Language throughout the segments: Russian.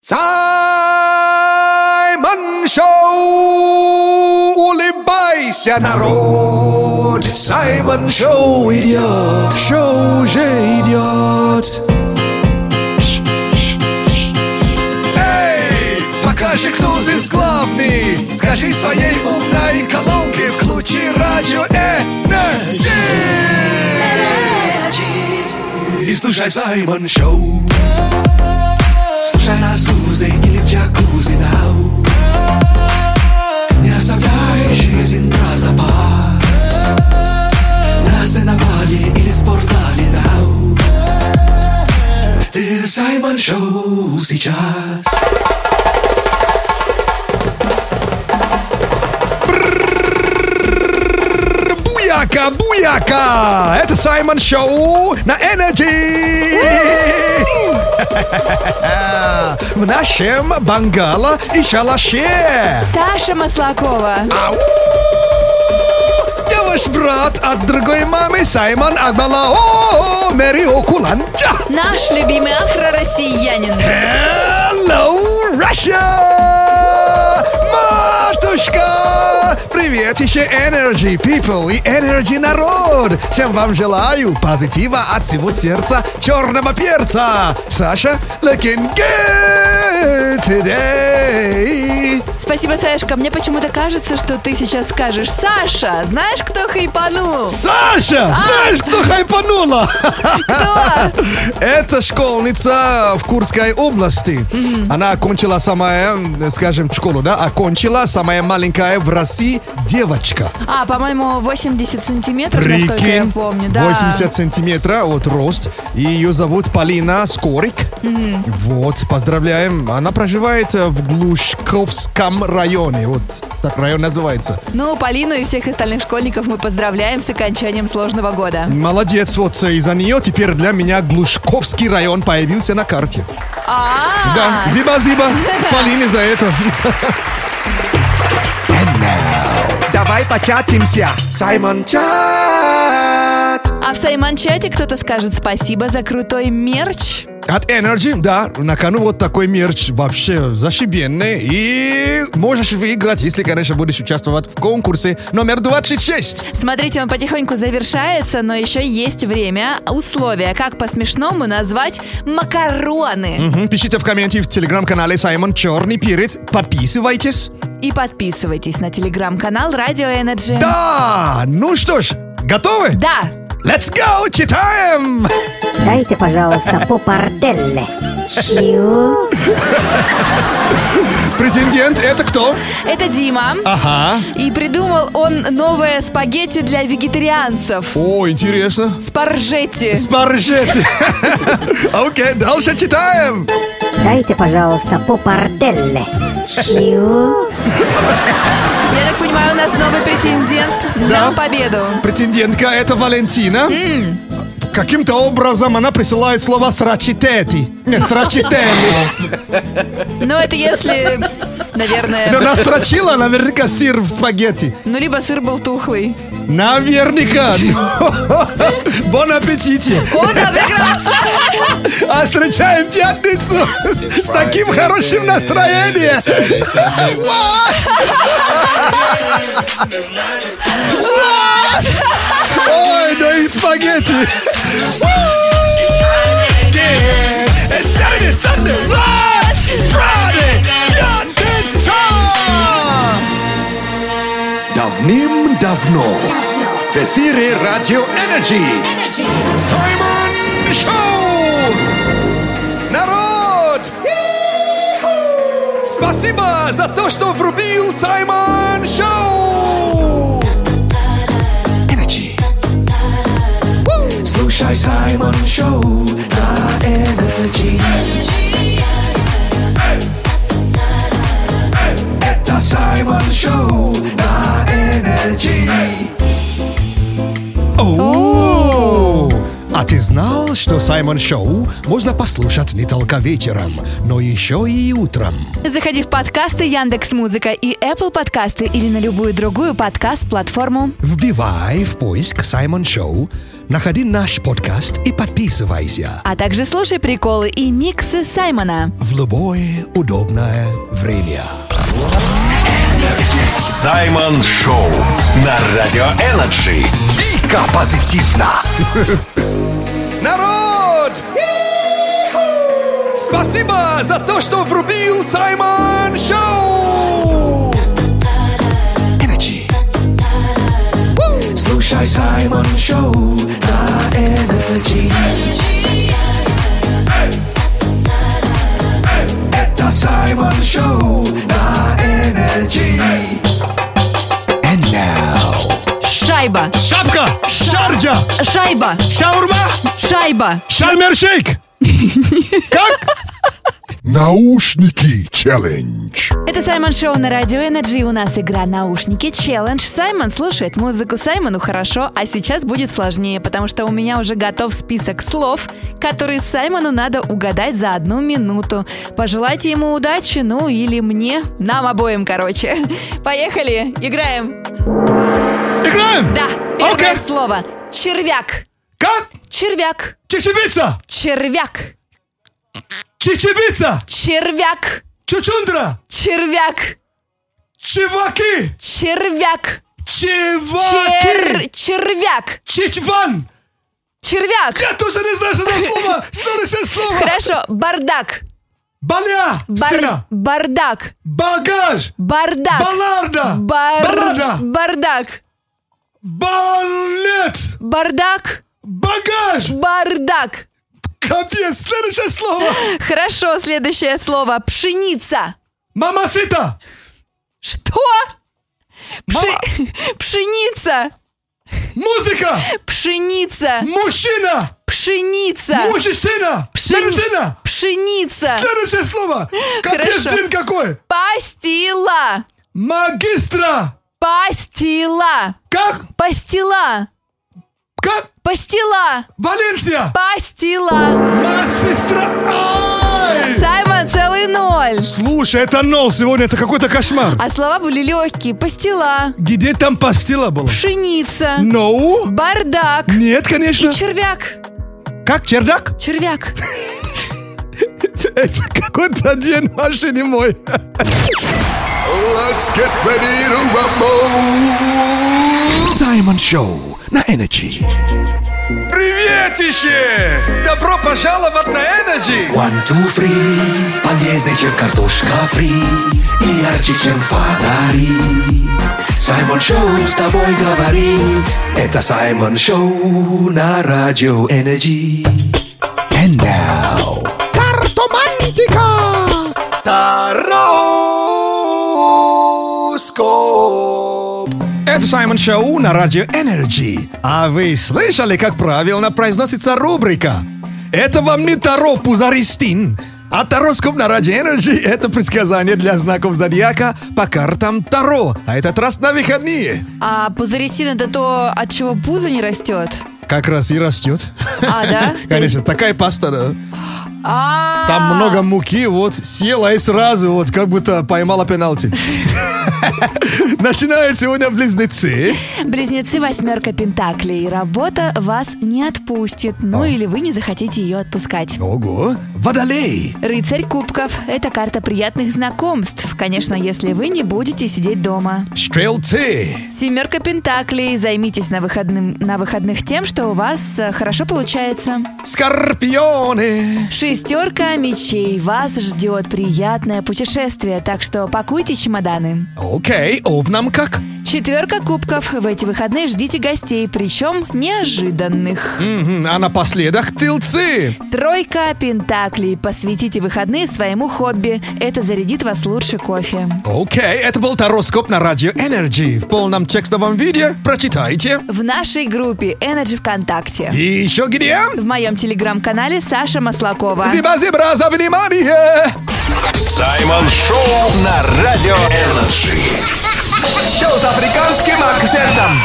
Саймон Шоу! Улыбайся, народ! Саймон Шоу идет! Шоу уже идет! Эй, покажи, кто здесь главный! Скажи своей умной колонке, включи радио Energy! И слушай Саймон Шоу! Слушай нас в лузе или в джакузи now. Не оставляй жизнь про запас. На сеновале или спортзале now. Ты в Саймон Шоу сейчас. Буяка, буяка! Это Саймон Шоу на Energy! В нашем бангало и шалаше. Саша Маслакова. Ау! Я ваш брат от другой мамы Саймон Агбалао Мэри Окуланджа. Наш любимый афро-россиянин. Hello, Russia! Матушка! Привет еще Energy People и Energy народ! Всем вам желаю позитива от всего сердца черного перца! Саша, looking good today! Спасибо, Сашка. Мне почему-то кажется, что ты сейчас скажешь: Саша, знаешь, кто хайпанул? Саша, знаешь, кто хайпанула? Кто? Это школьница в Курской области. Она окончила самая, скажем, школу, да? Окончила самая маленькая в России девочка. По-моему, 80 сантиметров, насколько я помню. Да. 80 сантиметров, вот рост. И ее зовут Полина Скорик. Вот, поздравляем. Она проживает в Глушковском районе. Вот так район называется. Ну, Полину и всех остальных школьников мы поздравляем с окончанием сложного года. Молодец, вот из-за нее теперь для меня Глушковский район появился на карте. Да, зиба-зиба Полине за это. Давай початимся, Саймон Чат! А в Саймон-чате кто-то скажет спасибо за крутой мерч. От Energy, да, на кону вот такой мерч вообще зашибенный. И можешь выиграть, если, конечно, будешь участвовать в конкурсе номер 26. Смотрите, он потихоньку завершается, но еще есть время. Условия, как по-смешному назвать макароны. Пишите в комменте в телеграм-канале Саймон Черный Перец. Подписывайтесь. И подписывайтесь на телеграм-канал Радио Energy. Да, ну что ж, готовы? Да. Let's go, читаем! Дайте, пожалуйста, попарделле. Чего? Претендент это кто? Это Дима. Ага. И придумал он новое спагетти для вегетарианцев. О, интересно. Спаржетти. Спаржетти. Окей, дальше читаем. Дайте, пожалуйста, попарделле. Чего? Я так понимаю, у нас новый претендент на победу. Претендентка это Валентина. Каким-то образом она присылает слово срачитети. Не, срачители. Ну, это если, наверное... Но настрочила наверняка сыр в спагетти. Ну, либо сыр был тухлый. Наверняка. Бон аппетите. О, да, прекрасно. А встречаем пятницу с таким хорошим настроением. Ой, да и спагетти. Saturday, Sunday, right? Friday, давным-давно в эфире Радио Energy. Саймон Шоу! Народ! Спасибо за то, что врубил Саймон Шоу! Energy. Слушай Саймон Шоу на Energy. Это Саймон Шоу на Energy. А ты знал, что Саймон Шоу можно послушать не только вечером, но еще и утром? Заходи в подкасты Яндекс.Музыка и Apple подкасты или на любую другую подкаст-платформу. Вбивай в поиск Саймон Шоу, находи наш подкаст и подписывайся А также слушай приколы и миксы Саймона. в любое удобное время. Саймон Шоу на Радио Энерджи. Дико позитивно. Народ! Спасибо за то, что врубил Саймон Шоу! Energy. Слушай Саймон Шоу на Energy. Это Саймон Шоу на Energy. And now. Шайба. Шапка! Шарджа! Шайба. Шаурма! Шайба. Шальмершейк! Как? Наушники челлендж. Это Саймон Шоу на Радио Энерджи. У нас игра «Наушники челлендж». Саймон слушает музыку, Саймону хорошо, а сейчас будет сложнее, потому что у меня уже готов список слов, которые Саймону надо угадать за 1 минуту. Пожелайте ему удачи, ну или мне, нам обоим, короче. Поехали, играем. Играем? Да, первое Окей. слово. Червяк. Как? Червяк. Чечевица! Червяк. Чечевица! Червяк. Чучундра! Червяк. Чеваки! Червяк. Чеваки! Червяк. Чичван! Червяк. Я тоже не знаю, что это слово! Следующее слово! Хорошо, бардак. Баля! Сына! Бардак. Багаж! Бардак. Балларда! Баллада! Бардак. Балет! Бардак. Багаж! Бардак. Капец! Следующее слово! Хорошо, следующее слово. Пшеница. Мамасита! Что? Пшеница. Музыка! Пшеница. Мужчина! Пшеница. Мужчина! Медицина! Пшеница. Следующее слово! Капец, Хорошо. день какой! Пастила. Магистра! Пастила. Как? Пастила. Как? Пастила. Валенсия! Пастила. Массистра! Ай! Саймон, целый 0. Слушай, это 0 сегодня, это какой-то кошмар. А слова были легкие. Пастила. Где там пастила была? Пшеница. No? Бардак. Нет, конечно. И червяк. Как, чердак? Червяк. Это какой-то день в машине мой. Let's get ready to rumble. Саймон Шоу на Energy. Приветище! Добро пожаловать на Energy! 1, 2, 3, полезнее, чем картошка фри, и ярче, чем фонари. Саймон Шоу с тобой говорит. Это Саймон Шоу на Радио Энерджи. And now. Картомантика! Тароскоп! Это Саймон Шоу на Радио Энерджи. А вы слышали, как правильно произносится рубрика? Это вам не Таро Пузаристин, а тароскоп на Радио Энерджи – это предсказание для знаков зодиака по картам Таро. А этот раз на выходные. А пузарисин это то, от чего пузо не растет? Как раз и растет. А, да? Конечно, такая паста, да. А, Там много муки, вот, села и сразу, вот, как будто поймала пенальти. Начинают сегодня близнецы. Близнецы, 8 пентаклей. Работа вас не отпустит, ну или вы не захотите ее отпускать. Ого. Водолей. Рыцарь кубков – это карта приятных знакомств. Конечно, если вы не будете сидеть дома. Стрелцы. 7 пентаклей. Займитесь на выходных тем, что у вас хорошо получается. Скорпионы. 6 мечей. Вас ждет приятное путешествие, так что пакуйте чемоданы. Окей, овнам как? 4 кубков. В эти выходные ждите гостей, причем неожиданных. А напоследок тельцы. 3 пентаклей. Посвятите выходные своему хобби. Это зарядит вас лучше кофе. Окей, это был тароскоп на Радио Энерджи. В полном текстовом виде прочитайте. В нашей группе Energy ВКонтакте. И еще где? В моем телеграм-канале Саша Маслакова. Зиба-зибра за внимание! Саймон Шоу на Радио Энерджи. Шоу с африканским акцентом.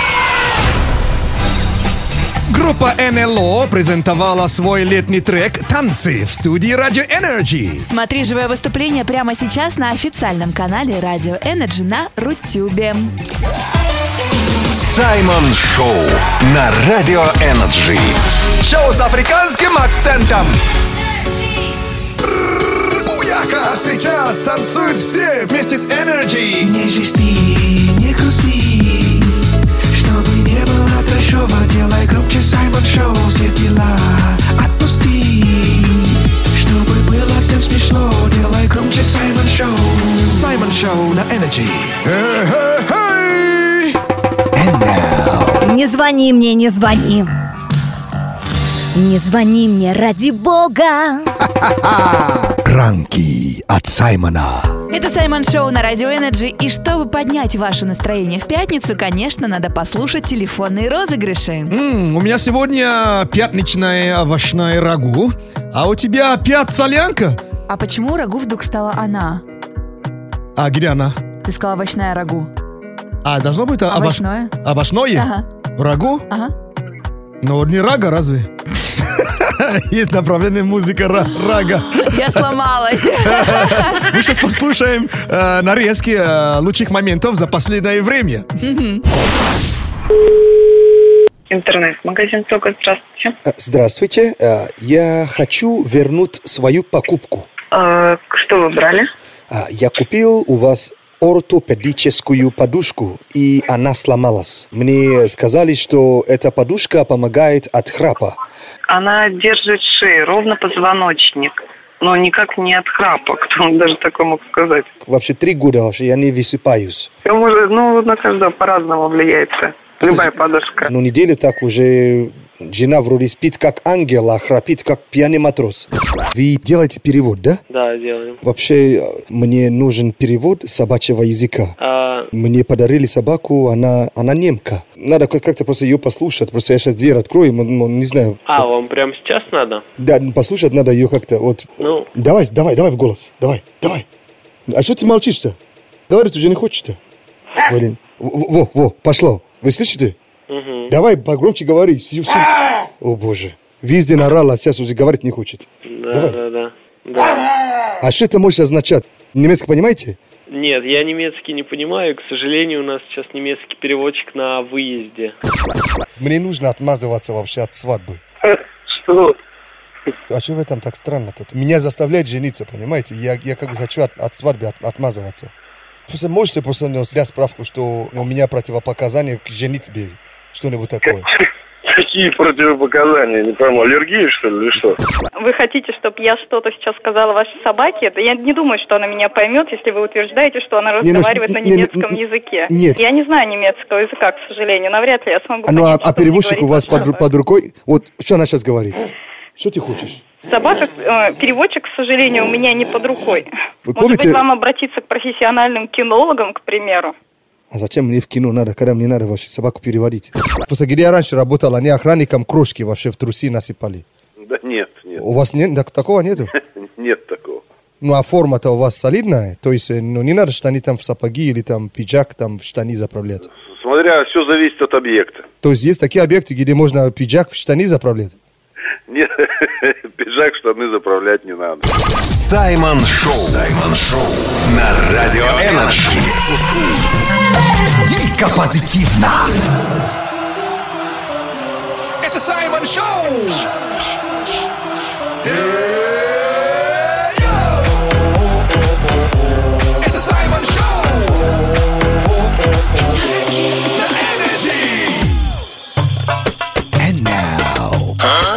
Группа НЛО презентовала свой летний трек «Танцы» в студии Радио Энерджи. Смотри живое выступление прямо сейчас на официальном канале Радио Энерджи на Рутюбе. Саймон Шоу на Радио Энерджи. Шоу с африканским акцентом. Буяка, сейчас танцуют все вместе с Energy. Не жести, не грусти, чтобы не было трэшово, делай громче Саймон Шоу, все дела отпусти, чтобы было всем смешно, делай громче Саймон Шоу. Саймон Шоу на Energy. And now. Не звони мне, не звони. Не звони мне, ради бога. Пранки от Саймона. Это Саймон Шоу на Радио Энерджи. И чтобы поднять ваше настроение в пятницу, конечно, надо послушать телефонные розыгрыши. У меня сегодня пятничное овощное рагу, а у тебя опять солянка? А почему рагу вдруг стала она? А где она? Ты сказала овощная рагу. А, должно быть Овощное. Овощное? Ага. Рагу? Ага. Но не рага, разве? Есть направление музыка рага. Я сломалась. Мы сейчас послушаем нарезки лучших моментов за последнее время. Интернет-магазин «Тога». Здравствуйте. Здравствуйте. Я хочу вернуть свою покупку. Что вы брали? Я купил у вас ортопедическую подушку, и она сломалась. Мне сказали, что эта подушка помогает от храпа. Она держит шею, ровно позвоночник. Но никак не от храпа. Кто даже такое мог сказать? Вообще 3 года вообще я не высыпаюсь. На каждого по-разному влияет. Любая подушка. Неделю так уже жена вроде спит как ангел, а храпит как пьяный матрос. Вы делаете перевод, да? Да, делаем. Вообще, мне нужен перевод собачьего языка. Мне подарили собаку, она немка. Надо как-то просто ее послушать. Просто я сейчас дверь открою, не знаю. Вам прямо сейчас надо? Да, послушать надо ее как-то. Вот. Ну. Давай в голос. Давай. А что ты молчишь-то? Говорить уже не хочешь-то? Блин. Пошло. Вы слышите? Угу. Давай погромче говори. О боже. Везде наорала, сейчас уже говорить не хочет. Да. А что это может означать? Немецкий понимаете? Нет, я немецкий не понимаю. К сожалению, у нас сейчас немецкий переводчик на выезде. Мне нужно отмазываться вообще от свадьбы. Что? А что в этом так странно-то? Меня заставляют жениться, понимаете? Я как бы хочу от свадьбы отмазываться. Просто можете взять справку, что у меня противопоказания к женитьбе? Что-нибудь такое. Какие противопоказания? Не пойму, аллергия, что ли, или что? Вы хотите, чтобы я что-то сейчас сказала вашей собаке? Да я не думаю, что она меня поймет, если вы утверждаете, что она разговаривает на немецком языке. Нет. Я не знаю немецкого языка, к сожалению. Навряд ли я смогу понять, а переводчик у вас под рукой? Вот что она сейчас говорит? Что ты хочешь? Собака, переводчик, к сожалению, у меня не под рукой. Вы Может быть, вам обратиться к профессиональным кинологам, к примеру? А зачем мне в кино надо, когда мне надо вообще собаку переводить? Просто где я раньше работал, они охранникам крошки вообще в трусы насыпали. Да нет. У вас такого нету? Нет такого. А форма-то у вас солидная? То есть, не надо штаны там в сапоги или там пиджак там в штаны заправлять? Смотря, все зависит от объекта. То есть, есть такие объекты, где можно пиджак в штаны заправлять? Нет, пиджак, штаны заправлять не надо. Саймон Шоу на Радио Энерджи. Дико позитивно. Это Саймон Шоу! Это Саймон Шоу! На Energy! And now.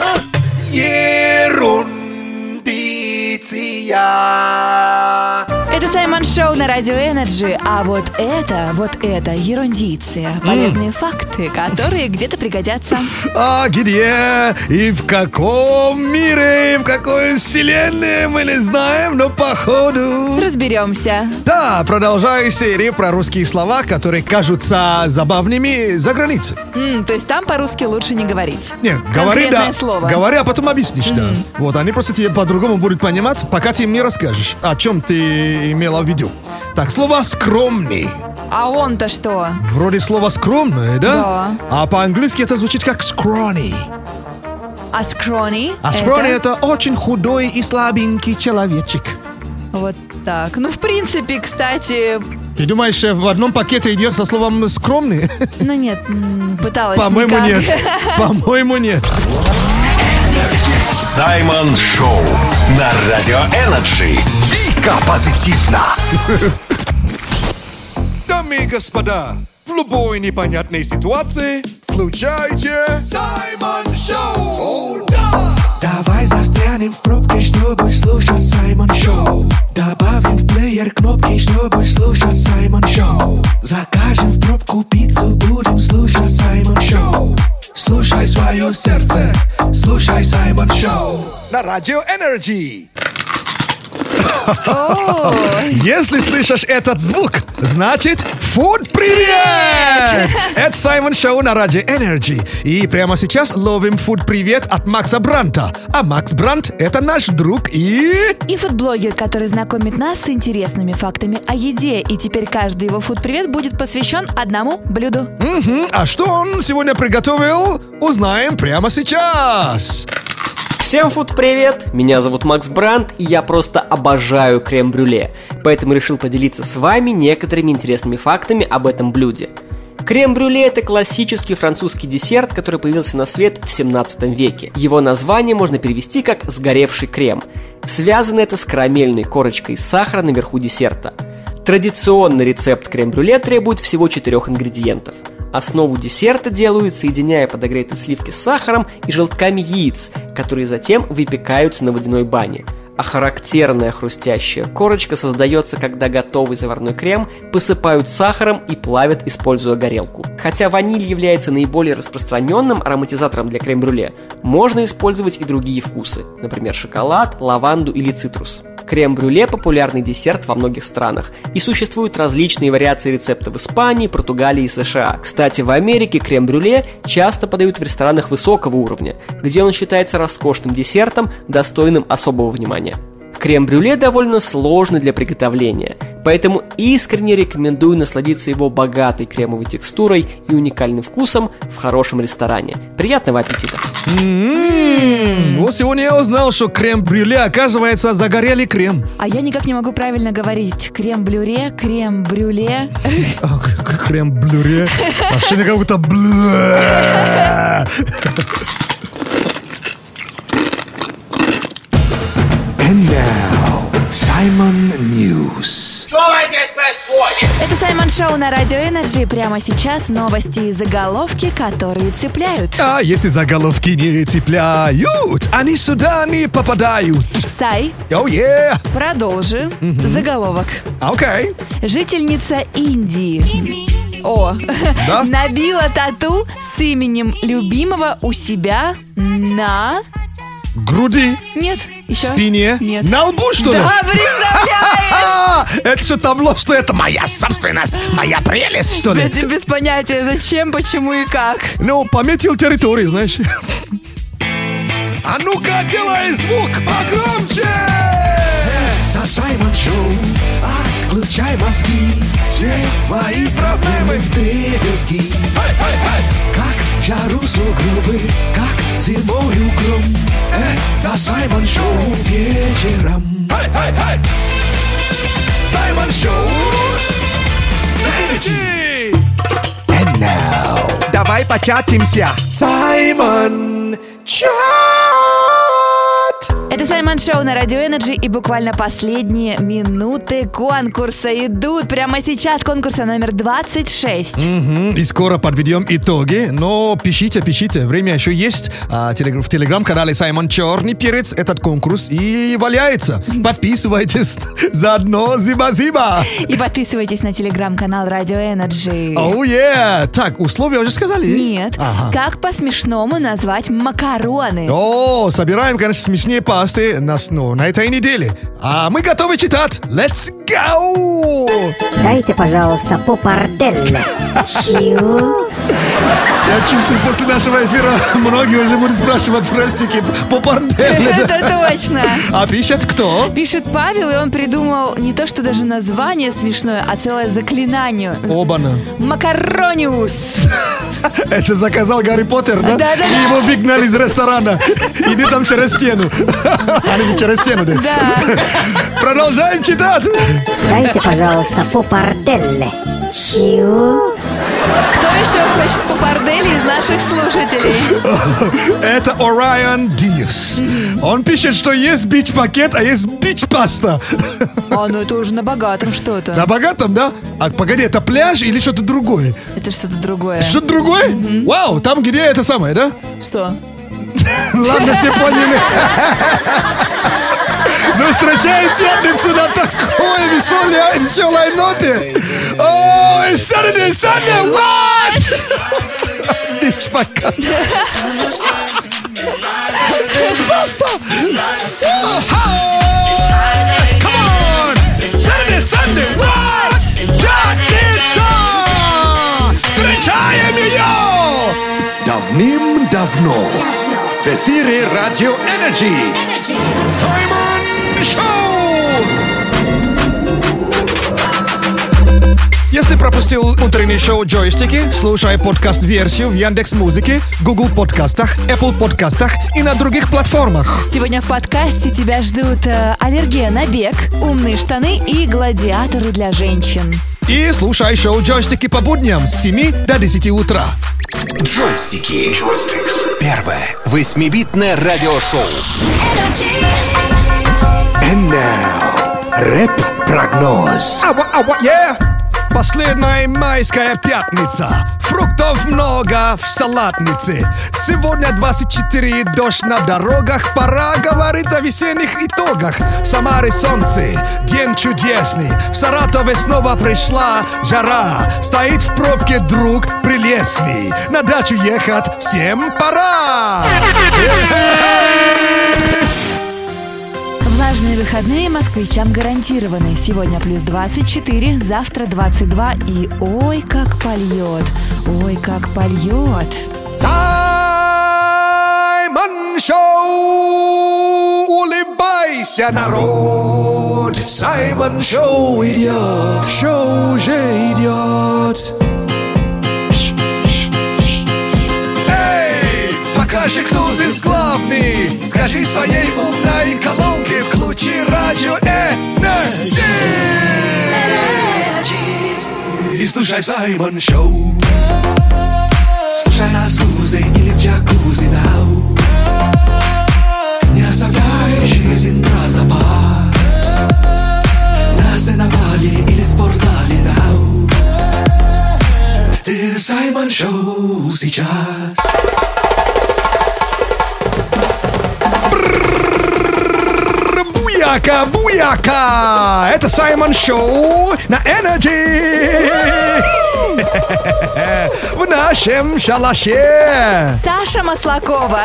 Это Саймон Шоу на Радио Энерджи. А вот это ерундиция. Полезные факты, которые где-то пригодятся. А где и в каком мире, в какой вселенной мы не знаем, но походу... Разберемся. Да, продолжаю серию про русские слова, которые кажутся забавными за границей. То есть там по-русски лучше не говорить. Нет, говори, Конкретное да. слово. Говори, а потом объяснишь, да. Вот, они просто тебе по-другому будут понимать, пока ты им не расскажешь, о чем ты имела в виду. Так, слово «скромный». А он-то что? Вроде слово «скромное», да? Да. А по-английски это звучит как «scrawny». А scrawny? А scrawny это очень худой и слабенький человечек. Вот так. Ну, в принципе, кстати... Ты думаешь, в одном пакете идет со словом «скромный»? Ну нет, пыталась. По-моему, никак. нет. По-моему, нет. Саймон Шоу на Радио Энерджи. Дико позитивно. Дамы и господа, в любой непонятной ситуации включайте Саймон Шоу. Давай застрянем в пробке, чтобы слушать Саймон Шоу. Добавим в плеер кнопки, чтобы слушать Саймон Шоу. Закажем в пробку пиццу, будем слушать Саймон Шоу. Слушай свое сердце, слушай Саймон Шоу. На Радио Энерджи. Если слышишь этот звук, значит Food привет! Это Саймон Шоу на Радио Энерджи. И прямо сейчас ловим Food привет от Макса Бранта. А Макс Брант — это наш друг и фудблогер, который знакомит нас с интересными фактами о еде. И теперь каждый его фуд-привет будет посвящен одному блюду. А что он сегодня приготовил, узнаем прямо сейчас. Всем фуд-привет! Меня зовут Макс Брант, и я просто обожаю крем-брюле. Поэтому решил поделиться с вами некоторыми интересными фактами об этом блюде. Крем-брюле – это классический французский десерт, который появился на свет в 17 веке. Его название можно перевести как «сгоревший крем». Связано это с карамельной корочкой из сахара наверху десерта. Традиционный рецепт крем-брюле требует всего 4 ингредиентов. Основу десерта делают, соединяя подогретые сливки с сахаром и желтками яиц, которые затем выпекаются на водяной бане. А характерная хрустящая корочка создается, когда готовый заварной крем посыпают сахаром и плавят, используя горелку. Хотя ваниль является наиболее распространенным ароматизатором для крем-брюле, можно использовать и другие вкусы, например, шоколад, лаванду или цитрус. Крем-брюле – популярный десерт во многих странах, и существуют различные вариации рецепта в Испании, Португалии и США. Кстати, в Америке крем-брюле часто подают в ресторанах высокого уровня, где он считается роскошным десертом, достойным особого внимания. Крем-брюле довольно сложный для приготовления, поэтому искренне рекомендую насладиться его богатой кремовой текстурой и уникальным вкусом в хорошем ресторане. Приятного аппетита! Вот сегодня я узнал, что крем-брюле, оказывается, загорелый крем. А я никак не могу правильно говорить. Крем-брюле, крем-брюле. Крем-брюле. Вообще как будто And now, Simon News. Это Саймон Шоу на Радио Энерджи. Прямо сейчас новости и заголовки, которые цепляют. А если заголовки не цепляют, они сюда не попадают. Сай, продолжи. Заголовок. Окей. Жительница Индии набила тату с именем любимого у себя на... груди? Нет. Еще? Спине? Нет. На лбу, что ли? Да, представляешь? Это что табло, что это моя собственность, моя прелесть, что ли? Без понятия, зачем, почему и как. Ну, пометил территорию, знаешь. А ну-ка, делай звук погромче! Это Саймон Шоу, отключай мозги, все твои проблемы вдребезги. Как в жару сугробы, как зимою гром. Это Саймон Шоу вечером. Саймон Шоу на Энерджи. And now, давай початимся. Саймон Чат. Это Саймон Шоу на Радио Энерджи, и буквально последние минуты конкурса идут. Прямо сейчас конкурса номер 26. И скоро подведем итоги, но пишите, время еще есть. В телеграм-канале Саймон Черный Перец этот конкурс и валяется. Подписывайтесь заодно, зиба-зиба. И подписывайтесь на телеграм-канал Радио Энерджи. Так, условия уже сказали? Нет. Как по-смешному назвать макароны? Собираем, конечно, смешнее пасты на этой неделе. А мы готовы читать. Let's go! Дайте, пожалуйста, попарделле. Чего? Я чувствую, после нашего эфира многие уже будут спрашивать простики попарделле. Это точно. А пишет кто? Пишет Павел, и он придумал не то, что даже название смешное, а целое заклинание. Обана. Макарониус. Это заказал Гарри Поттер, да? Да-да-да. И его выгнали из ресторана. Иди там через стену. А не через стену, да? Да. Продолжаем читать. Дайте, пожалуйста, попарделле. Чего? Кто еще хочет попардели из наших слушателей? Это Orion Диас. Он пишет, что есть бич-пакет, а есть бич-паста. А, ну это уже на богатом что-то. На богатом, да? А погоди, это пляж или что-то другое? Это что-то другое. Что-то другое? Вау, там где это самое, да? Что? Ладно, все поняли. Ну, встречаем пятницу на такой веселой ноте. О, Saturday, what? Бич-пакет. Бич-паста. Come on. Saturday, Sunday, what? Пятница. Встречаем ее. Давным-давно в эфире Радио Energy Саймон Шоу! Если пропустил утреннее шоу «Джойстики», слушай подкаст-версию в Яндекс.Музыке, Google подкастах, Apple подкастах и на других платформах. Сегодня в подкасте тебя ждут аллергия на бег, умные штаны и гладиаторы для женщин. И слушай шоу «Джойстики» по будням с 7 до 10 утра. Джойстики. Первое 8-битное радиошоу. And now, рэп-прогноз. Последняя майская пятница. Фруктов много в салатнице. Сегодня 24, дождь на дорогах. Пора говорить о весенних итогах. В Самаре солнце, день чудесный. В Саратове снова пришла жара. Стоит в пробке друг прелестный. На дачу ехать всем пора. Влажные выходные москвичам гарантированы. Сегодня плюс 24, завтра 22 и ой, как польет, ой, как польет. Саймон Шоу! Улыбайся, народ! Саймон Шоу идет! Шоу уже идет! Эй, покажи, кто здесь главный! Скажи своей умной колонке, включи Радио Energy! И слушай Саймон Шоу! Слушай нас в музе или в джакузи now. Не оставляй жизнь про запас. На сеновале или спортзале now. Ты Саймон Шоу сейчас. Буяка, буяка! Это Саймон Шоу на Energy! В нашем шалаше! Саша Маслакова!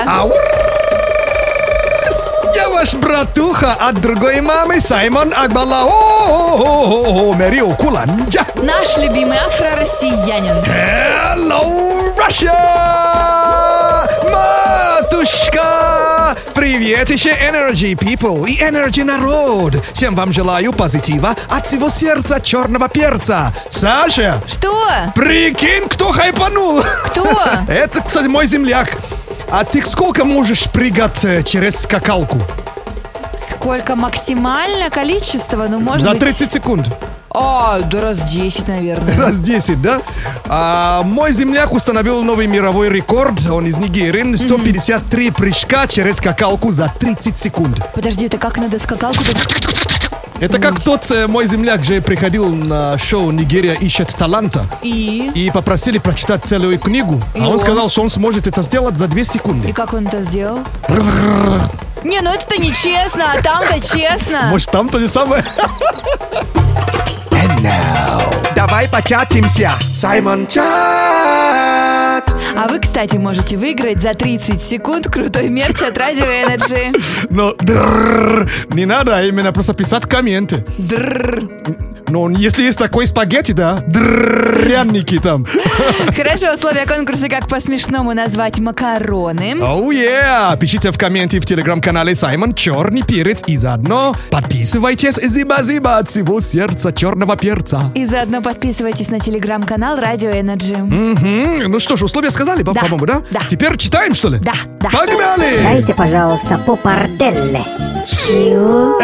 Я ваш братуха от другой мамы Саймон Акбала. Мэрио Куланджа. Наш любимый афро-россиянин. Hello, Russia! Матушка! Привет еще Energy People и Energy народ! Всем вам желаю позитива от всего сердца черного перца. Саша! Что? Прикинь, кто хайпанул? Кто? Это, кстати, мой земляк. А ты сколько можешь прыгать через скакалку? Сколько максимальное количество? Ну, может За быть... 30 секунд. Да раз 10, наверное. Раз 10, да? Мой земляк установил новый мировой рекорд. Он из Нигерии. 153 прыжка через скакалку за 30 секунд. Подожди, это как надо скакалку... Это как тот мой земляк же приходил на шоу «Нигерия ищет таланта». И попросили прочитать целую книгу. А он сказал, что он сможет это сделать за 2 секунды. И как он это сделал? Не, ну это-то нечестно, а там-то честно. Может, там то же самое? And now, давай початимся. Саймон Чат. А вы, кстати, можете выиграть за 30 секунд крутой мерч от Радио Energy. Но не надо, а именно просто писать комменты. Но если есть такой спагетти, да, дрянники там. Хорошо, условия конкурса, как по-смешному назвать макароны. Оу, пишите в комменте в телеграм-канале Саймон Черный Перец. И заодно подписывайтесь. Зиба-зиба от всего сердца черного перца. И заодно подписывайтесь на телеграм-канал Radio Energy. Ну что ж, условия сказали, Да. по-моему, да? Да. Теперь читаем, что ли? Да. Погнали! Дайте, пожалуйста, попарделле. Чего?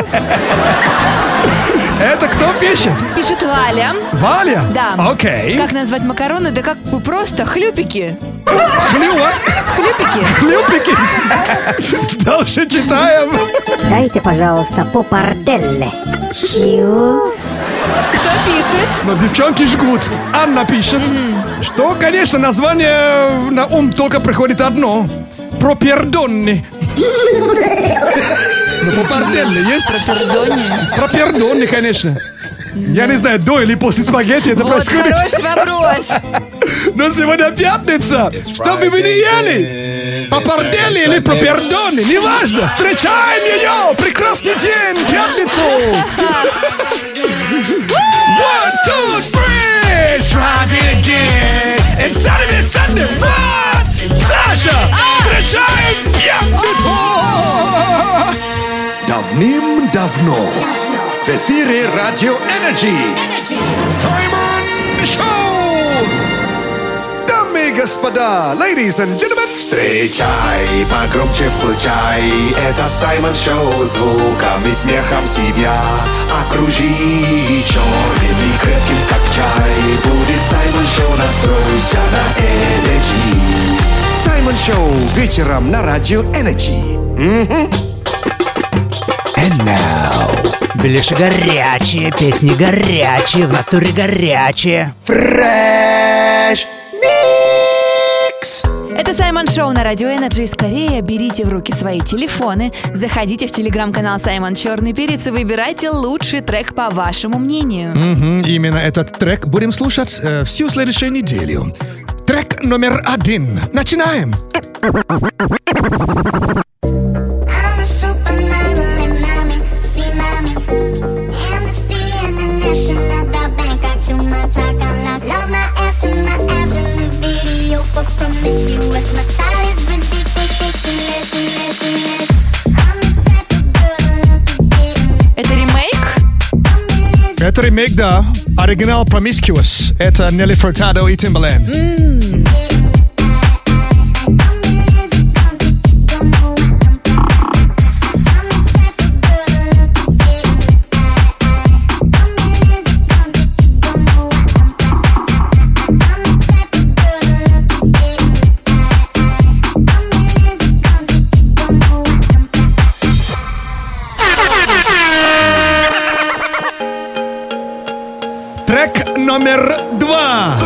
Это кто пишет? Пишет Валя. Валя? Да. Окей. Как назвать макароны? Да как бы просто хлюпики. Хлюпики. Хлюпики. Дальше читаем. Дайте, пожалуйста, попарделле. Чего? Кто пишет? Но девчонки жгут. Анна пишет, что, конечно, название на ум только приходит одно. Пропердонни. Ну, попарделле есть? Пропердонни, конечно. Я не знаю, до или после спагетти это Вот происходит. хороший вопрос. Но сегодня пятница. Что бы вы не ели? Папарделли или пропердонни, неважно. Встречаем ее. Прекрасный день, пятницу. 1, 2, 3. Try it again. It's Saturday, Sunday. What? Саша, встречаем пятницу. Давным-давно в эфире Радио Energy Саймон Шоу. Дамы и господа, ladies and gentlemen, встречай, погромче включай. Это Саймон Шоу, звуком и смехом себя окружи. Черным и крепким, как чай, будет Саймон Шоу, настройся на Energy. Саймон Шоу вечером на Радио Energy. And now. Ближе горячие, песни горячие, в натуре горячие. Fresh Mix. Это Саймон Шоу на Радио Energy. Скорее берите в руки свои телефоны, заходите в телеграм-канал Саймон Черный Перец и выбирайте лучший трек по вашему мнению. Именно этот трек будем слушать всю следующую неделю. Трек номер 1. Начинаем. Это ремейк? Это ремейк, да. Оригинал Promiscuous. Это Нелли Фуртадо и Timbaland. Трек номер 2.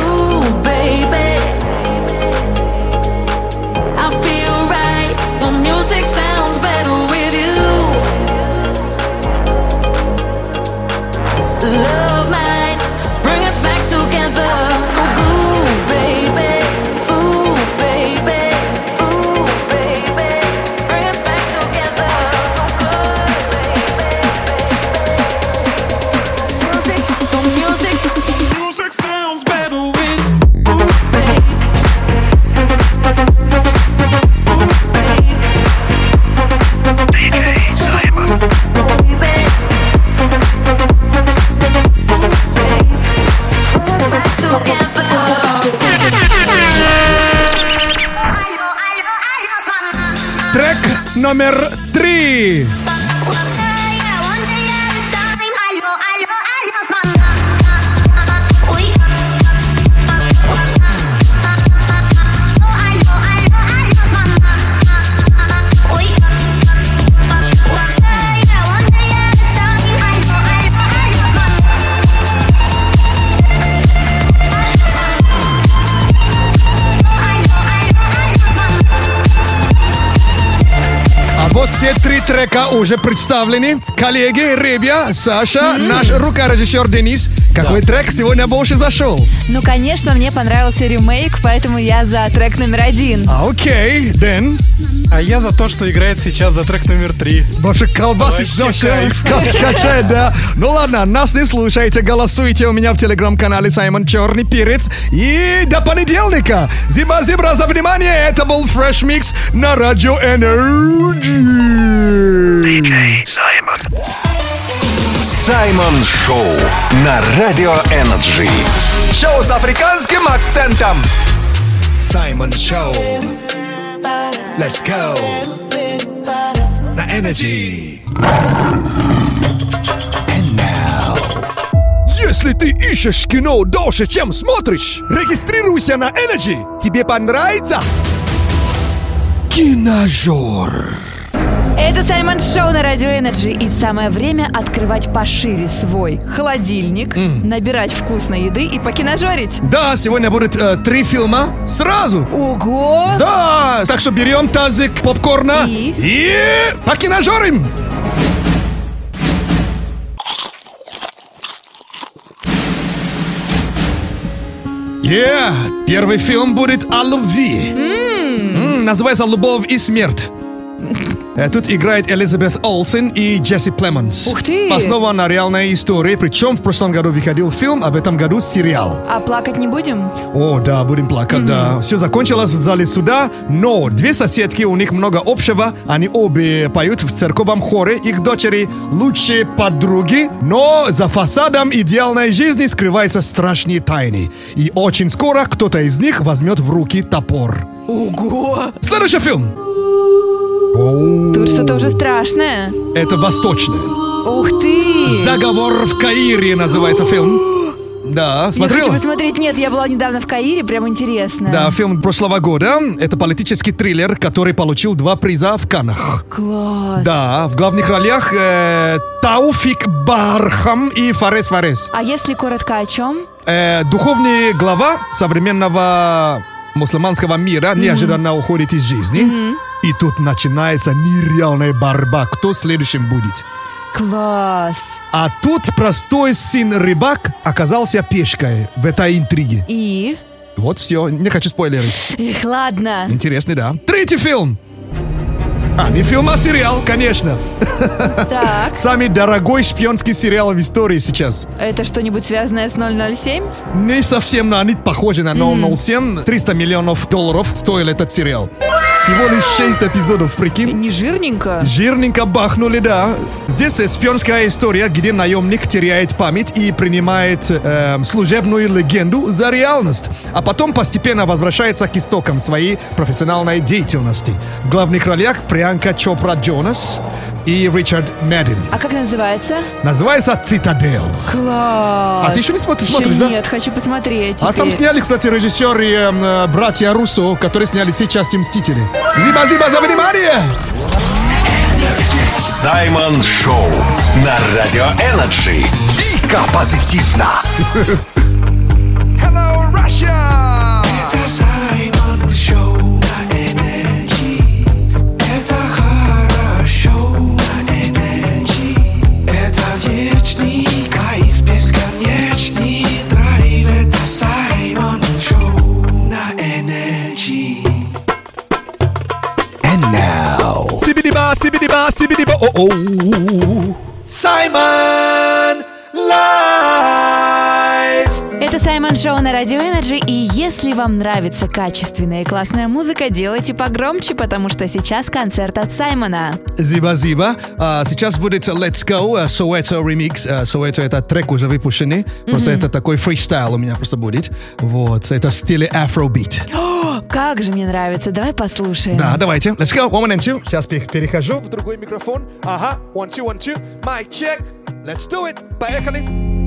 Трек номер 3. Вот все 3 трека уже представлены. Коллеги, Ребя, Саша, наш рукорежиссер Денис. Какой трек сегодня больше зашел? Ну, конечно, мне понравился ремейк, поэтому я за трек номер 1. Окей, Дэн. А я за то, что играет сейчас за трек номер 3. Больше колбасик качает, да. Ну ладно, нас не слушайте, голосуйте у меня в телеграм-канале Саймон Черный Перец. И до понедельника. Зиба-зибра за внимание. Это был Fresh Mix на Радио Energy. DJ Саймон. Саймон Шоу на Радио Energy. Шоу с африканским акцентом. Саймон Шоу. Let's go. На Energy. And now. Если ты ищешь кино дольше, чем смотришь, регистрируйся на Energy. Тебе понравится? Киножор. Это Саймон Шоу на Радио Energy. И самое время открывать пошире свой холодильник, набирать вкусной еды и покиножорить. Да, сегодня будет 3 фильма сразу. Ого! Да, так что берем тазик попкорна и покиножорим. Первый фильм будет о любви. Называется «Любовь и смерть». Тут играет Элизабет Олсен и Джесси Племонс. Ух ты! Основан на реальной истории, причем в прошлом году выходил фильм, а в этом году сериал. А плакать не будем? О, да, будем плакать, да. Все закончилось в зале суда, но 2 соседки, у них много общего. Они обе поют в церковном хоре, их дочери лучшие подруги, но за фасадом идеальной жизни скрываются страшные тайны. И очень скоро кто-то из них возьмет в руки топор. Ого! Следующий фильм. Тут что-то уже страшное. Это восточное. Ух ты! «Заговор в Каире» называется фильм. Да, смотрела? Я хочу посмотреть. Нет, я была недавно в Каире, прям интересно. Да, фильм прошлого года. Это политический триллер, который получил 2 приза в Каннах. Класс. Да, в главных ролях Тауфик Бархам и Фарес Фарес. А если коротко о чем? Духовный глава современного мусульманского мира неожиданно уходит из жизни. И тут начинается нереальная борьба, кто следующим будет. Класс. А тут простой сын-рыбак оказался пешкой в этой интриге. И? Вот все, не хочу спойлерить. Эх, ладно. Интересный, да. 3-й фильм. Не фильм, а сериал, конечно. Так. Самый дорогой шпионский сериал в истории сейчас. Это что-нибудь связанное с 007? Не совсем, но они похожи на 007. $300 миллионов стоил этот сериал. Всего лишь 6 эпизодов, прикинь. Не жирненько? Жирненько бахнули, да. Здесь шпионская история, где наемник теряет память и принимает служебную легенду за реальность. А потом постепенно возвращается к истокам своей профессиональной деятельности. В главных ролях Приянка Чопра Джонас и Ричард Мэдден. А как называется? Называется «Цитадель». Класс. А ты еще не смотришь, да? Нет, хочу посмотреть теперь. А там сняли, кстати, режиссер и братья Руссо, которые сняли все части «Мстители». Зиба-зиба за внимание! Саймон Шоу на Радио Energy. Дико позитивно. Hello, Russia! Это Саймон Шоу на Energy. Это хорошо на Energy. Это вечный кайф, бесконечный драйв. Это Саймон Шоу на Energy. And now. Сибидиба, сибидиба, сибидиба, о-о. Саймон Лайв. Это Саймон Шоу на Радио Energy. И если вам нравится качественная и классная музыка, делайте погромче, потому что сейчас концерт от Саймона. Зиба-зиба. Сейчас будет Let's Go, Soweto ремикс. Soweto — это трек уже выпущенный. Просто это такой фристайл у меня просто будет. Вот, это в стиле Afrobeat. Как же мне нравится. Давай послушаем. Да, давайте. Let's go. 1 and 2. Сейчас перехожу в другой микрофон. Ага. 1, 2, 1, 2. Mic check. Let's do it. Поехали.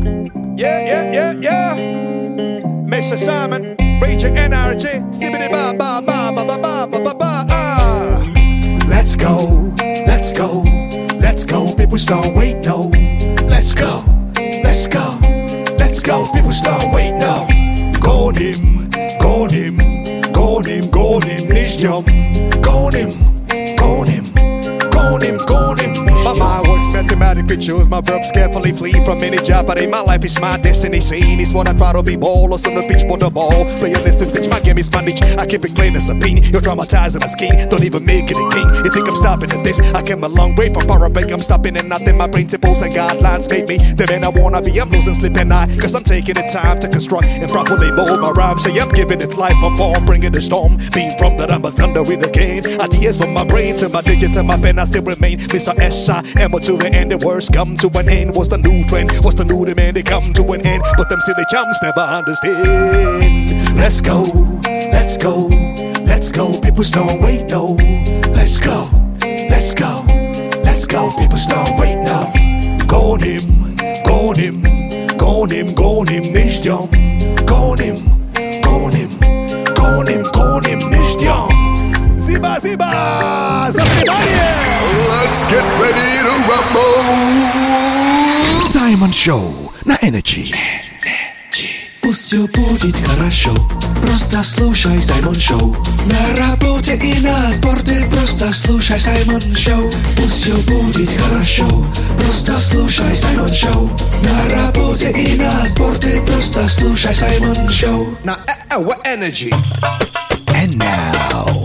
Yeah. Mr. Simon, Rage Energy. Sibidi-ba-ba-ba-ba-ba-ba-ba-ba. Let's go, let's go, let's go. People start wait, no. Let's go, let's go, let's go. People start wait, no. Gonim, gonim, gonim, gonim, нижнем. Gonim, gonim, gonim, gonim, нижнем. My mind works mathematically. Painting pictures, my verbs carefully flee from any job. But in my life, it's my destiny. Scene is what I try to be. Ballers on the beach, for the ball. Play a list and stitch, my game is my niche. I keep it clean as a bean. You're traumatizing my skin. Don't even make it a king. You think I'm stopping at this? I came a long way from power break. I'm stopping at nothing. My principles and guidelines made me the man I wanna be. I'm losing sleep at night, cause I'm taking the time to construct and properly mold my rhymes. Say I'm giving it life, I'm born, bringing the storm. Being from the I'm a thunder in the game. Ideas from my brain to my digits and my pen, I still remain Mr. S.I.M. to the end. The words come to an end. What's the new trend? What's the new demand? They come to an end, but them silly chumps never understand. Let's go, let's go, let's go. People don't wait, no. Let's go, let's go, let's go. People don't wait, no. Go him, go him, go him, go him, nicht jom. Go him, go him, go him, go him, nicht jom. Ziba, ziba, everybody! Let's get ready to rumble! Саймон Шоу на Energy. Пусть все будет хорошо, просто слушай Саймон Шоу. На работе и на спорте просто слушай Саймон Шоу. Пусть все будет хорошо, просто слушай Саймон Шоу. На работе и на спорте просто слушай Саймон Шоу. На Energy. And now,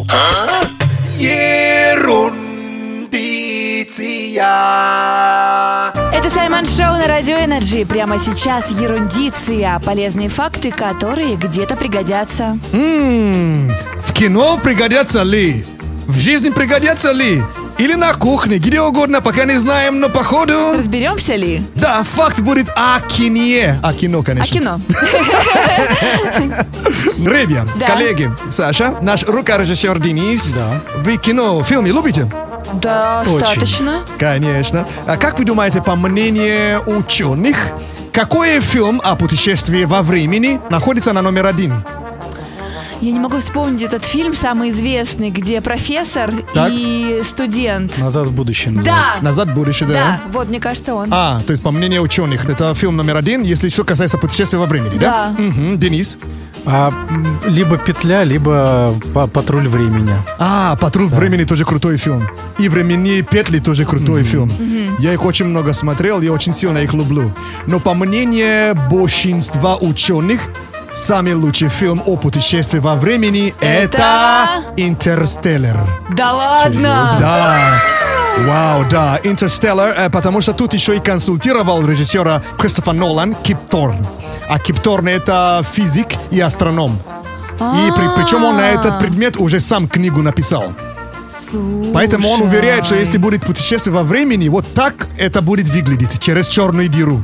ерундиция. Это Саймон Шоу на Радио Энерджи. Прямо сейчас ерундиция. Полезные факты, которые где-то пригодятся. В кино пригодятся ли? В жизни пригодятся ли? Или на кухне, где угодно, пока не знаем, но походу... Разберемся ли? Да, факт будет о кине. О кино, конечно. О кино. Ребят, коллеги, Саша, наш рукорежиссер Денис. Да. Вы кино, фильмы любите? Да, достаточно. Конечно. А как вы думаете, по мнению ученых, какой фильм о путешествии во времени находится на номер 1? Я не могу вспомнить этот фильм, самый известный, где профессор и студент. «Назад в будущее» Да. называется. «Назад в будущее», да? Да, вот, мне кажется, он. То есть, по мнению ученых, это фильм номер 1, если что касается путешествия во времени, да? Да. Денис? Либо «Петля», либо «Патруль времени». «Патруль времени» тоже крутой фильм. И «Временные петли» тоже крутой фильм. Я их очень много смотрел, я очень сильно их люблю. Но по мнению большинства ученых, самый лучший фильм о путешествии во времени это «Интерстеллар». Да ладно? Да. Вау, да, «Интерстеллар», потому что тут еще и консультировал режиссера Кристофер Нолан Кип Торн. А Кип Торн это физик и астроном. И причем он на этот предмет уже сам книгу написал. Слушай. Поэтому он уверяет, что если будет путешествие во времени, вот так это будет выглядеть, через черную дыру.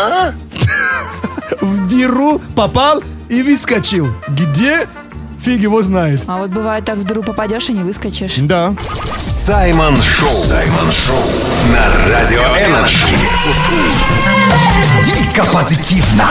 В дыру попал и выскочил. Где? Фиг его знает. А вот бывает так, в дыру попадешь и не выскочишь. Да. Саймон Шоу. Саймон Шоу на Радио Энерджи. Дико позитивно.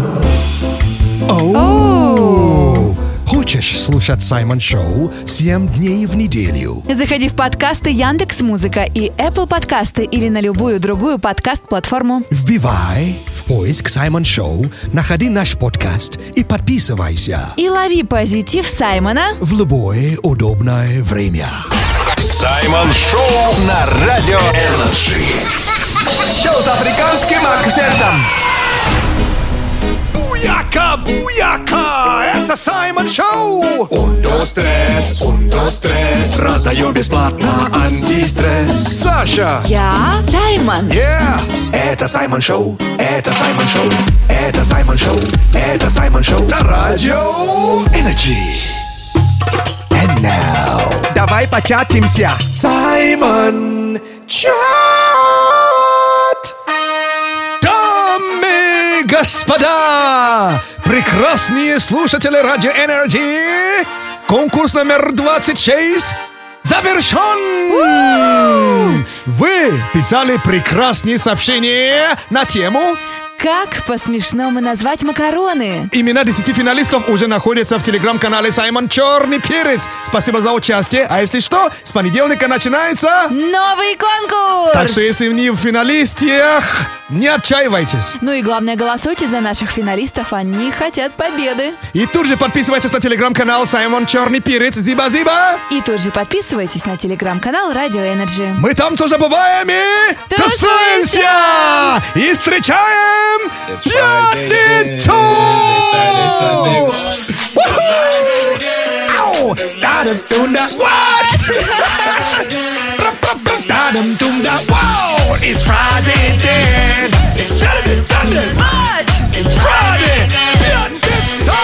Хочешь слушать Саймон Шоу 7 дней в неделю? Заходи в подкасты Яндекс.Музыка и Apple подкасты или на любую другую подкаст-платформу. Вбивай в поиск Саймон Шоу, находи наш подкаст и подписывайся. И лови позитив Саймона в любое удобное время. Саймон Шоу на Радио Энерджи. Шоу с африканским акцентом. Буяка, буяка, это Саймон Шоу. 1, 2, 3, раздаю бесплатно антистресс. Саша. Я Саймон. Это Саймон Шоу, это Саймон Шоу, это Саймон Шоу, это Саймон Шоу на Радио Энерджи. And now, давай початимся. Саймон Чат. Господа, прекрасные слушатели Радио Энерджи, конкурс номер 26 завершен! Вы писали прекрасные сообщения на тему «Как по-смешному назвать макароны?» Имена 10 финалистов уже находятся в телеграм-канале Саймон Черный Перец. Спасибо за участие. А если что, с понедельника начинается новый конкурс! Так что если не в финалистах, Не отчаивайтесь. Ну и главное, голосуйте за наших финалистов, они хотят победы. И тут же подписывайтесь на телеграм-канал Саймон Черный Перец Зиба-Зиба. И тут же подписывайтесь на телеграм-канал Радио Энерджи. Мы там тоже бываем и тусуемся! И встречаем пятницу! Wow! It's Friday then. It's Saturday, Sunday. What? It's Friday. Пятница!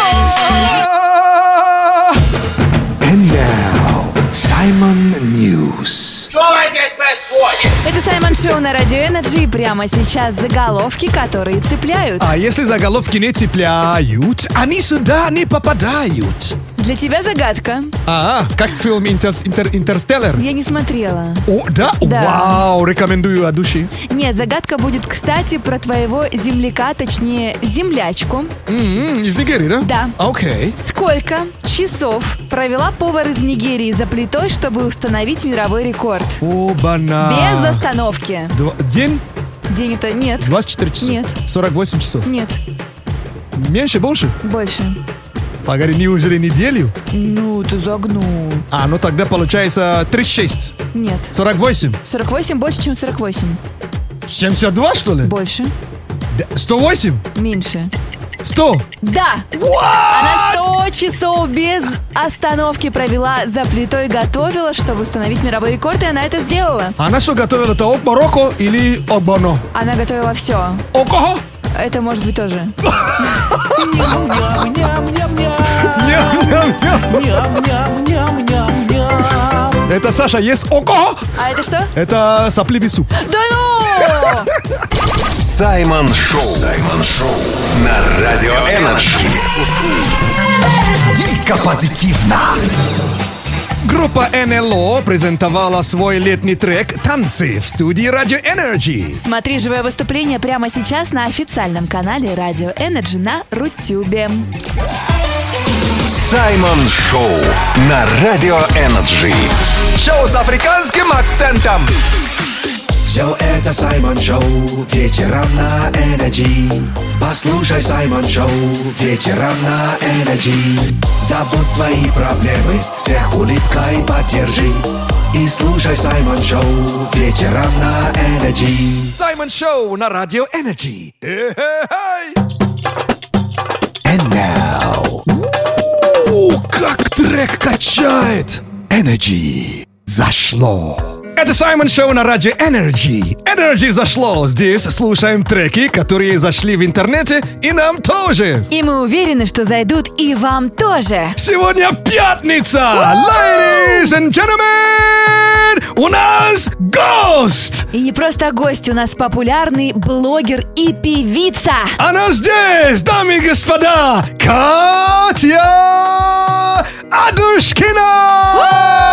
And now, Simon News. Это Саймон Шоу на Радио Энерджи. Прямо сейчас заголовки, которые цепляют. А если заголовки не цепляют, они сюда не попадают. Для тебя загадка. Как фильм «Интерстеллар». Я не смотрела. О, да? Да. Вау, рекомендую от души. Нет, загадка будет, кстати, про твоего земляка, точнее, землячку. Из Нигерии, да? Да. Окей. Сколько часов провела повар из Нигерии за плитой, чтобы установить мировой рекорд? Оба-на. Без остановки. День? День это нет. 24 часа? Нет. 48 часов? Нет. Меньше, больше? Больше. Погоди, неужели неделю? Ну, ты загнул. Ну тогда получается 36. Нет. 48. 48 больше, чем 48. 72, что ли? Больше. 108? Меньше. 100? Да! Она 100 часов без остановки провела за плитой, готовила, чтобы установить мировой рекорд, и она это сделала. Она что готовила? Это Марокко или Обано? Она готовила все. О кого? Это может быть тоже. Это, Саша, есть о кого? А это что? Это сопливый суп. Да ну! Саймон Шоу. Саймон Шоу на Радио Энерджи. Дико позитивно. Группа НЛО презентовала свой летний трек «Танцы» в студии Радио Энерджи. Смотри живое выступление прямо сейчас на официальном канале Радио Энерджи на Рутюбе. Саймон Шоу на Радио Энерджи. Шоу с африканским акцентом. Все это Саймон Шоу вечером на Энерджи. Послушай Саймон Шоу вечером на Энерджи. Забудь свои проблемы, всех улыбкой поддержи. И слушай Саймон Шоу вечером на Энерджи. Саймон Шоу на Радио Энерджи. And now. Как трек качает. Энерджи зашло. Это Саймон Шоу на Радио Энерджи. Энерджи зашло. Здесь слушаем треки, которые зашли в интернете, и нам тоже. И мы уверены, что зайдут и вам тоже. Сегодня пятница! Ladies and gentlemen, у нас гость! И не просто гость, у нас популярный блогер и певица. Она здесь, дамы и господа, Катя Адушкина!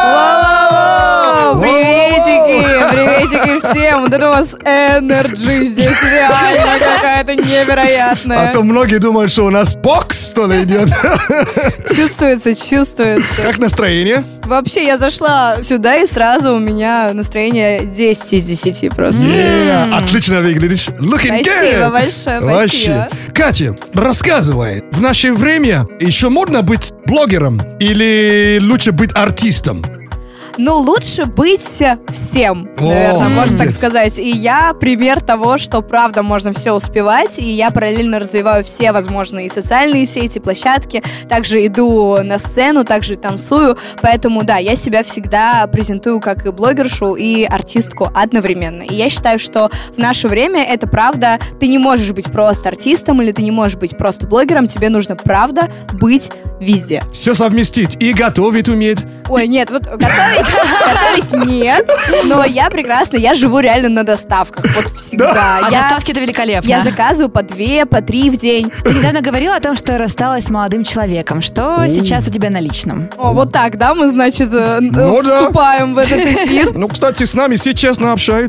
Приветики всем! Вот это у вас энерджи здесь реально какая-то невероятная. А то многие думают, что у нас бокс, что ли, идет. Чувствуется. Как настроение? Вообще, я зашла сюда, и сразу у меня настроение 10 из 10 просто. Отлично выглядишь. Looking Спасибо good. большое, Вообще. спасибо. Катя, рассказывай, в наше время еще модно быть блогером или лучше быть артистом? Ну, лучше быть всем, наверное, можно так сказать. И я пример того, что правда можно все успевать. И я параллельно развиваю все возможные социальные сети, площадки. Также иду на сцену, также танцую. Поэтому, да, я себя всегда презентую как и блогершу, и артистку одновременно. И я считаю, что в наше время это правда. Ты не можешь быть просто артистом, или ты не можешь быть просто блогером. Тебе нужно, правда, быть везде. Все совместить и готовить уметь. Ой, нет, вот готовить нет, но я прекрасно, я живу реально на доставках, вот всегда. А доставки это великолепно. Я заказываю по 2, по 3 в день. Ты недавно говорила о том, что рассталась с молодым человеком. Что сейчас у тебя на личном? О, вот так, да, мы, значит, вступаем в этот эфир. Ну, кстати, с нами все честно общаются.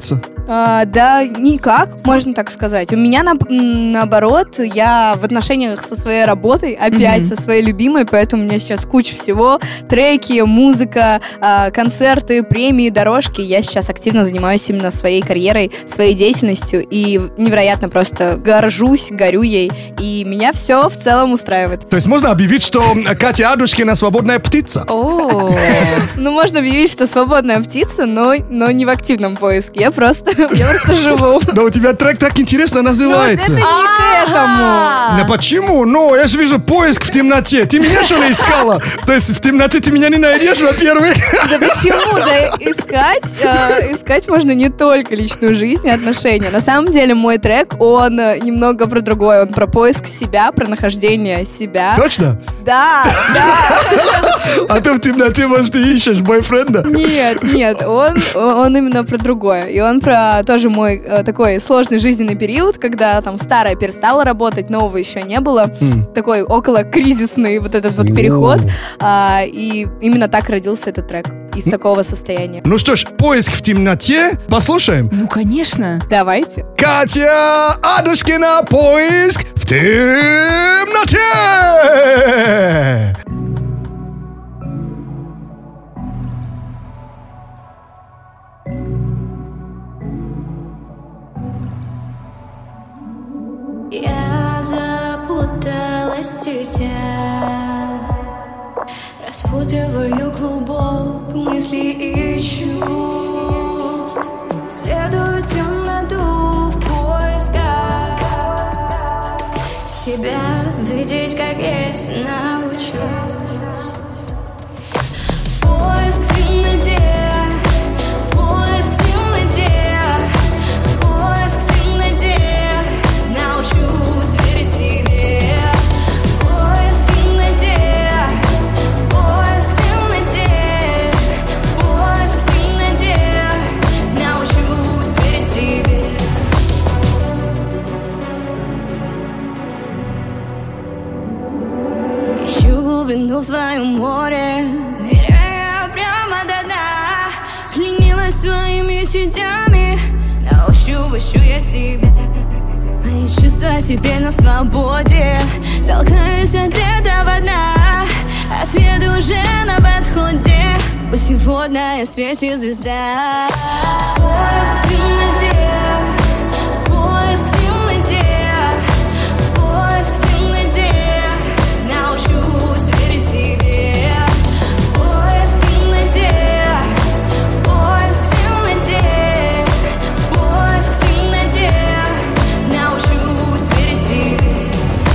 Да, никак, можно так сказать. У меня наоборот, я в отношениях со своей работой, опять со своей любимой, поэтому у меня сейчас куча всего. Треки, музыка, концерты, премии, дорожки. Я сейчас активно занимаюсь именно своей карьерой, своей деятельностью и невероятно просто горжусь, горю ей. И меня все в целом устраивает. То есть можно объявить, что Катя Адушкина свободная птица? Ну, можно объявить, что свободная птица, но не в активном поиске. Я просто живу. Но у тебя трек так интересно называется. Но это не к этому. Ну почему? Ну, я же вижу поиск в темноте. Ты меня что ли искала? То есть в темноте ты меня не найдешь, во-первых? Да почему? Да искать можно не только личную жизнь и отношения. На самом деле мой трек, он немного про другое. Он про поиск себя, про нахождение себя. Точно? Да. А ты в темноте, может, ты ищешь бойфренда? Нет, он именно про другое. И он про тоже мой такой сложный жизненный период, когда там старая перестала работать, нового еще не было. Такой околокризисный вот этот вот переход. И именно так родился этот трек. Из такого состояния. Ну что ж, поиск в темноте. Послушаем? Ну, конечно. Давайте. Катя Адушкина, поиск в темноте! Я запуталась в сетях, распутываю клубок мыслей и чувств, следую темноту в поисках, себя видеть как есть научусь. Поиск в темноте, поиск в темноте, поиск в темноте, научусь верить себе. Поиск в темноте, поиск в темноте, поиск в темноте, научусь верить себе. Ищу глубину в своем море, ныряя прямо до дна, пленилась своими сетями, на ощупь ищу я себя. Мои чувства теперь на свободе, толкаюсь от этого дна, ответ уже на подходе, пусть сегодня я светит звезда. Поиск в темноте, поиск в темноте, поиск в темноте, научусь верить себе. Поиск в темноте, поиск в темноте, поиск в темноте, научусь верить себе.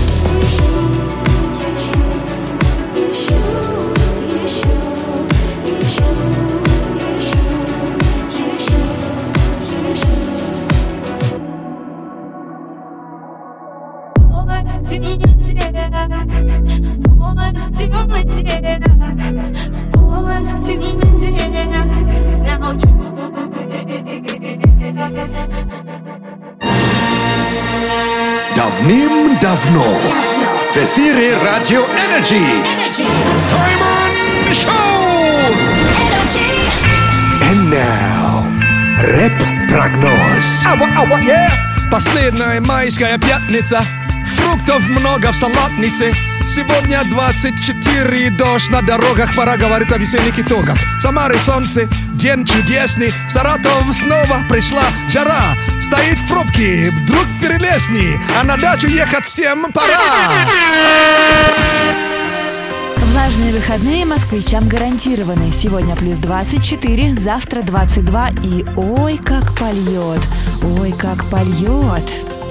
Поиск в темноте, поиск в темноте, поиск в темноте, научусь Давным-давно в эфире Радио Энерджи Саймон Шоу! And now, рэп-прогноз. Последняя майская пятница. Фруктов много в салатнице. Сегодня 24, дождь на дорогах, пора говорить о весенних итогах. В Самаре солнце, день чудесный. В Саратов снова пришла жара. Стоит в пробке, вдруг перелесни, а на дачу ехать всем пора. Влажные выходные москвичам гарантированы. Сегодня плюс 24, завтра 22 и ой, как польет, ой, как польет.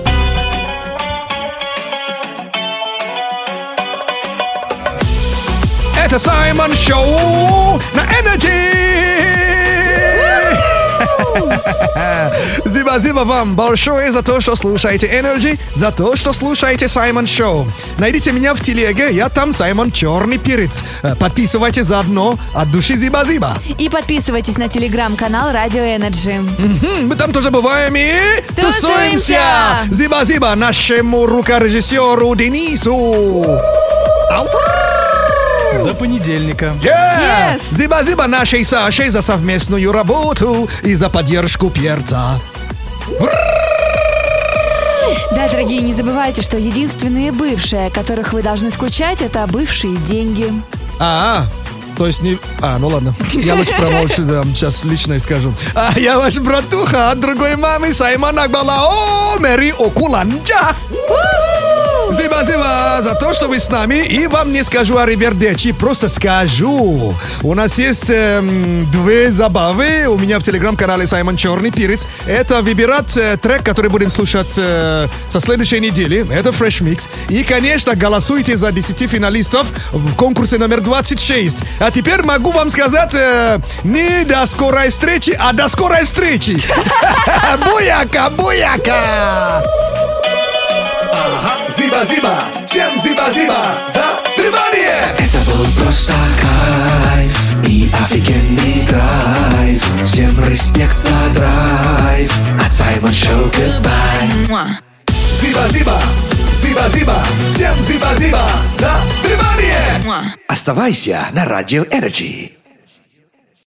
Это Саймон Шоу на Energy. Спасибо вам большое за то, что слушаете Energy, за то, что слушаете Саймон Шоу. Найдите меня в телеге, я там Саймон Черный Перец. Подписывайтесь заодно от души зиба-зиба. И подписывайтесь на телеграм-канал Радио Энерджи. Мы там тоже бываем и тусуемся. Зиба-зиба нашему рукорежиссеру Денису. До понедельника. Зиба-зиба нашей Саше за совместную работу и за поддержку перца. Да, дорогие, не забывайте, что единственные бывшие, о которых вы должны скучать, это бывшие деньги. То есть не... ну ладно. Я лучше промолчу, да, сейчас лично скажу. Я ваш братуха от другой мамы, Саймон Акбалао, Мэри Окуланджа. Спасибо за то, что вы с нами. И вам не скажу аривидерчи, просто скажу. У нас есть две забавы. У меня в телеграм-канале Саймон Черный Перец. Это выбирать трек, который будем слушать со следующей недели. Это Fresh Mix. И, конечно, голосуйте за 10 финалистов в конкурсе номер 26. А теперь могу вам сказать не до скорой встречи, а до скорой встречи. Буяка, буяка! Зиба-зиба, всем зиба-зиба за внимание! Это был просто кайф и офигенный драйв. Всем респект за драйв. От Саймон Шоу goodbye. Зиба-зиба, зиба-зиба, всем зиба-зиба за внимание! Оставайся на Радио Energy.